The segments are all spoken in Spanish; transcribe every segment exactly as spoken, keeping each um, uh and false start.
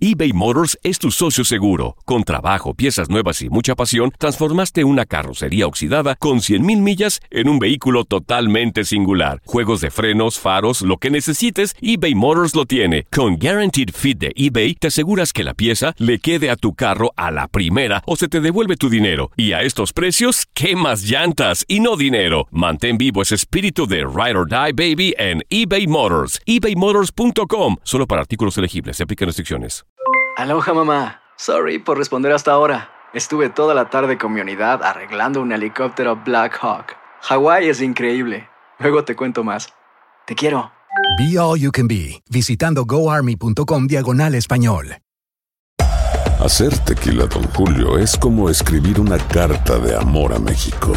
eBay Motors es tu socio seguro. Con trabajo, piezas nuevas y mucha pasión, transformaste una carrocería oxidada con cien mil millas en un vehículo totalmente singular. Juegos de frenos, faros, lo que necesites, eBay Motors lo tiene. Con Guaranteed Fit de eBay, te aseguras que la pieza le quede a tu carro a la primera o se te devuelve tu dinero. Y a estos precios, ¿qué más llantas y no dinero? Mantén vivo ese espíritu de Ride or Die, baby, en eBay Motors. ebay motors punto com. Solo para artículos elegibles. Se aplican restricciones. Aloha, mamá. Sorry por responder hasta ahora. Estuve toda la tarde con mi unidad arreglando un helicóptero Black Hawk. Hawái es increíble. Luego te cuento más. Te quiero. Be All You Can Be, visitando goarmy.com diagonal español. Hacer tequila Don Julio es como escribir una carta de amor a México.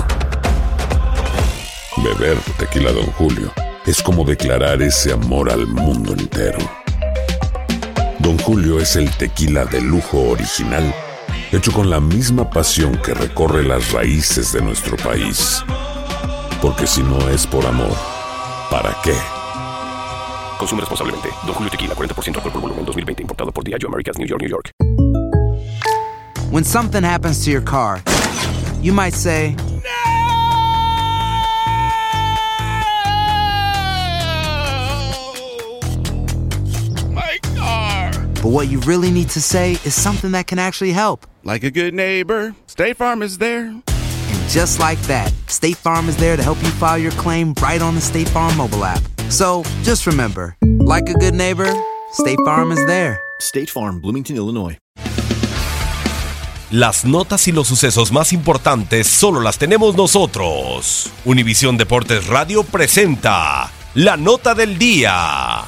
Beber tequila Don Julio es como declarar ese amor al mundo entero. Don Julio es el tequila de lujo original, hecho con la misma pasión que recorre las raíces de nuestro país. Porque si no es por amor, ¿para qué? Consume responsablemente. Don Julio Tequila, cuarenta por ciento alcohol por volumen, dos mil veinte. Importado por Diageo Americas, New York, New York. When something happens to your car, you might say, but what you really need to say is something that can actually help. Like a good neighbor, State Farm is there. And just like that, State Farm is there to help you file your claim right on the State Farm mobile app. So just remember, like a good neighbor, State Farm is there. State Farm, Bloomington, Illinois. Las notas y los sucesos más importantes solo las tenemos nosotros. Univisión Deportes Radio presenta La Nota del Día.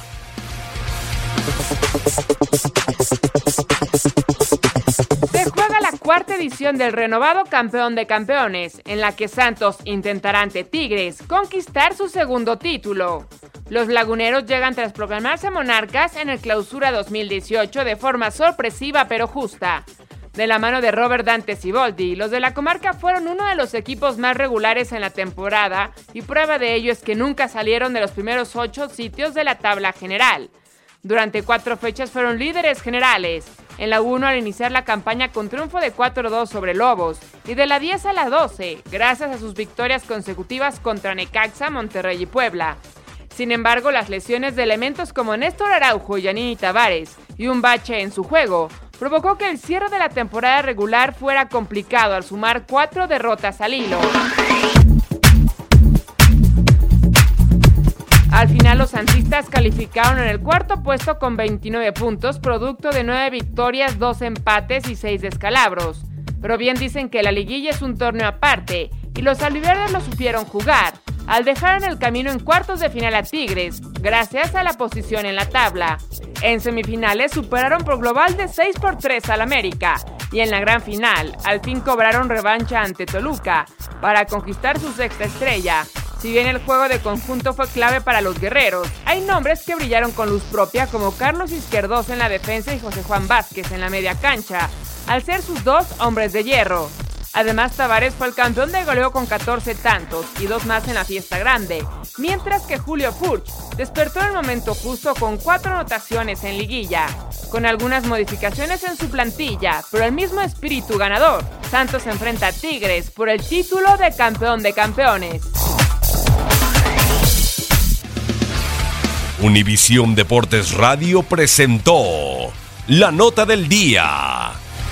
Se juega la cuarta edición del renovado Campeón de Campeones, en la que Santos intentará ante Tigres conquistar su segundo título. Los laguneros llegan tras proclamarse monarcas en el Clausura dos mil dieciocho de forma sorpresiva pero justa. De la mano de Robert Dante Siboldi, los de la comarca fueron uno de los equipos más regulares en la temporada y prueba de ello es que nunca salieron de los primeros ocho sitios de la tabla general. Durante cuatro fechas fueron líderes generales. En la uno al iniciar la campaña con triunfo de cuatro dos sobre Lobos y de la diez a la doce, gracias a sus victorias consecutivas contra Necaxa, Monterrey y Puebla. Sin embargo, las lesiones de elementos como Néstor Araujo y Yanini Tavares y un bache en su juego provocó que el cierre de la temporada regular fuera complicado al sumar cuatro derrotas al hilo. Al final los santistas calificaron en el cuarto puesto con veintinueve puntos, producto de nueve victorias, dos empates y seis descalabros. Pero bien dicen que la liguilla es un torneo aparte y los albiverdes lo supieron jugar, al dejar en el camino en cuartos de final a Tigres, gracias a la posición en la tabla. En semifinales superaron por global de seis por tres al América y en la gran final al fin cobraron revancha ante Toluca para conquistar su sexta estrella. Si bien el juego de conjunto fue clave para los guerreros, hay nombres que brillaron con luz propia como Carlos Izquierdoz en la defensa y José Juan Vázquez en la media cancha, al ser sus dos hombres de hierro. Además, Tavares fue el campeón de goleo con catorce tantos y dos más en la fiesta grande, mientras que Julio Furch despertó en el momento justo con cuatro anotaciones en liguilla. Con algunas modificaciones en su plantilla, pero el mismo espíritu ganador, Santos enfrenta a Tigres por el título de campeón de campeones. Univisión Deportes Radio presentó La Nota del Día.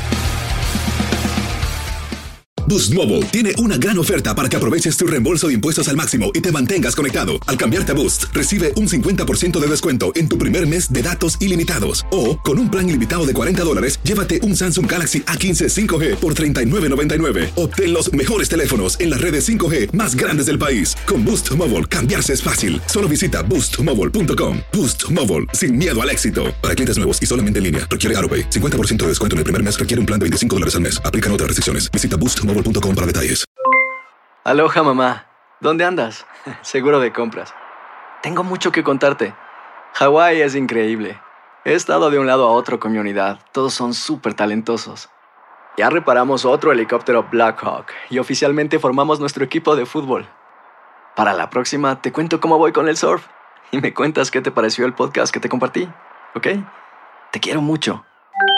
Boost Mobile tiene una gran oferta para que aproveches tu reembolso de impuestos al máximo y te mantengas conectado. Al cambiarte a Boost, recibe un cincuenta por ciento de descuento en tu primer mes de datos ilimitados. O, con un plan ilimitado de cuarenta dólares, llévate un Samsung Galaxy A quince cinco G por treinta y nueve noventa y nueve. Obtén los mejores teléfonos en las redes cinco G más grandes del país. Con Boost Mobile, cambiarse es fácil. Solo visita boost mobile punto com. Boost Mobile, sin miedo al éxito. Para clientes nuevos y solamente en línea, requiere AroPay. cincuenta por ciento de descuento en el primer mes requiere un plan de veinticinco dólares al mes. Aplican otras restricciones. Visita boost mobile punto com para detalles. Aloha, mamá. ¿Dónde andas? Seguro de compras. Tengo mucho que contarte. Hawái es increíble. He estado de un lado a otro con mi unidad. Todos son súper talentosos. Ya reparamos otro helicóptero Black Hawk y oficialmente formamos nuestro equipo de fútbol. Para la próxima te cuento cómo voy con el surf y me cuentas qué te pareció el podcast que te compartí, ¿ok? Te quiero mucho.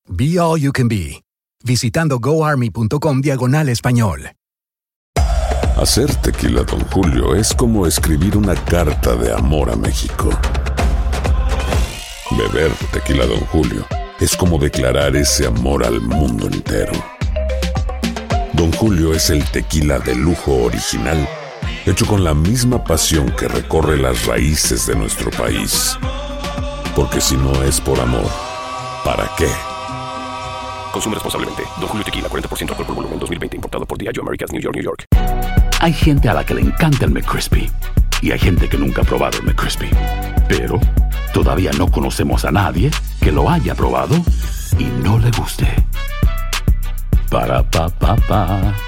Be All You Can Be, visitando goarmy.com diagonal español. Hacer tequila Don Julio es como escribir una carta de amor a México. Beber tequila Don Julio es como declarar ese amor al mundo entero. Don Julio es el tequila de lujo original, hecho con la misma pasión que recorre las raíces de nuestro país. Porque si no es por amor, ¿para qué? Consume responsablemente. Don Julio Tequila, cuarenta por ciento alcohol por volumen, dos mil veinte, importado por Diageo Americas, New York, New York. Hay gente a la que le encanta el McCrispy y hay gente que nunca ha probado el McCrispy. Pero todavía no conocemos a nadie que lo haya probado y no le guste. Para pa pa pa.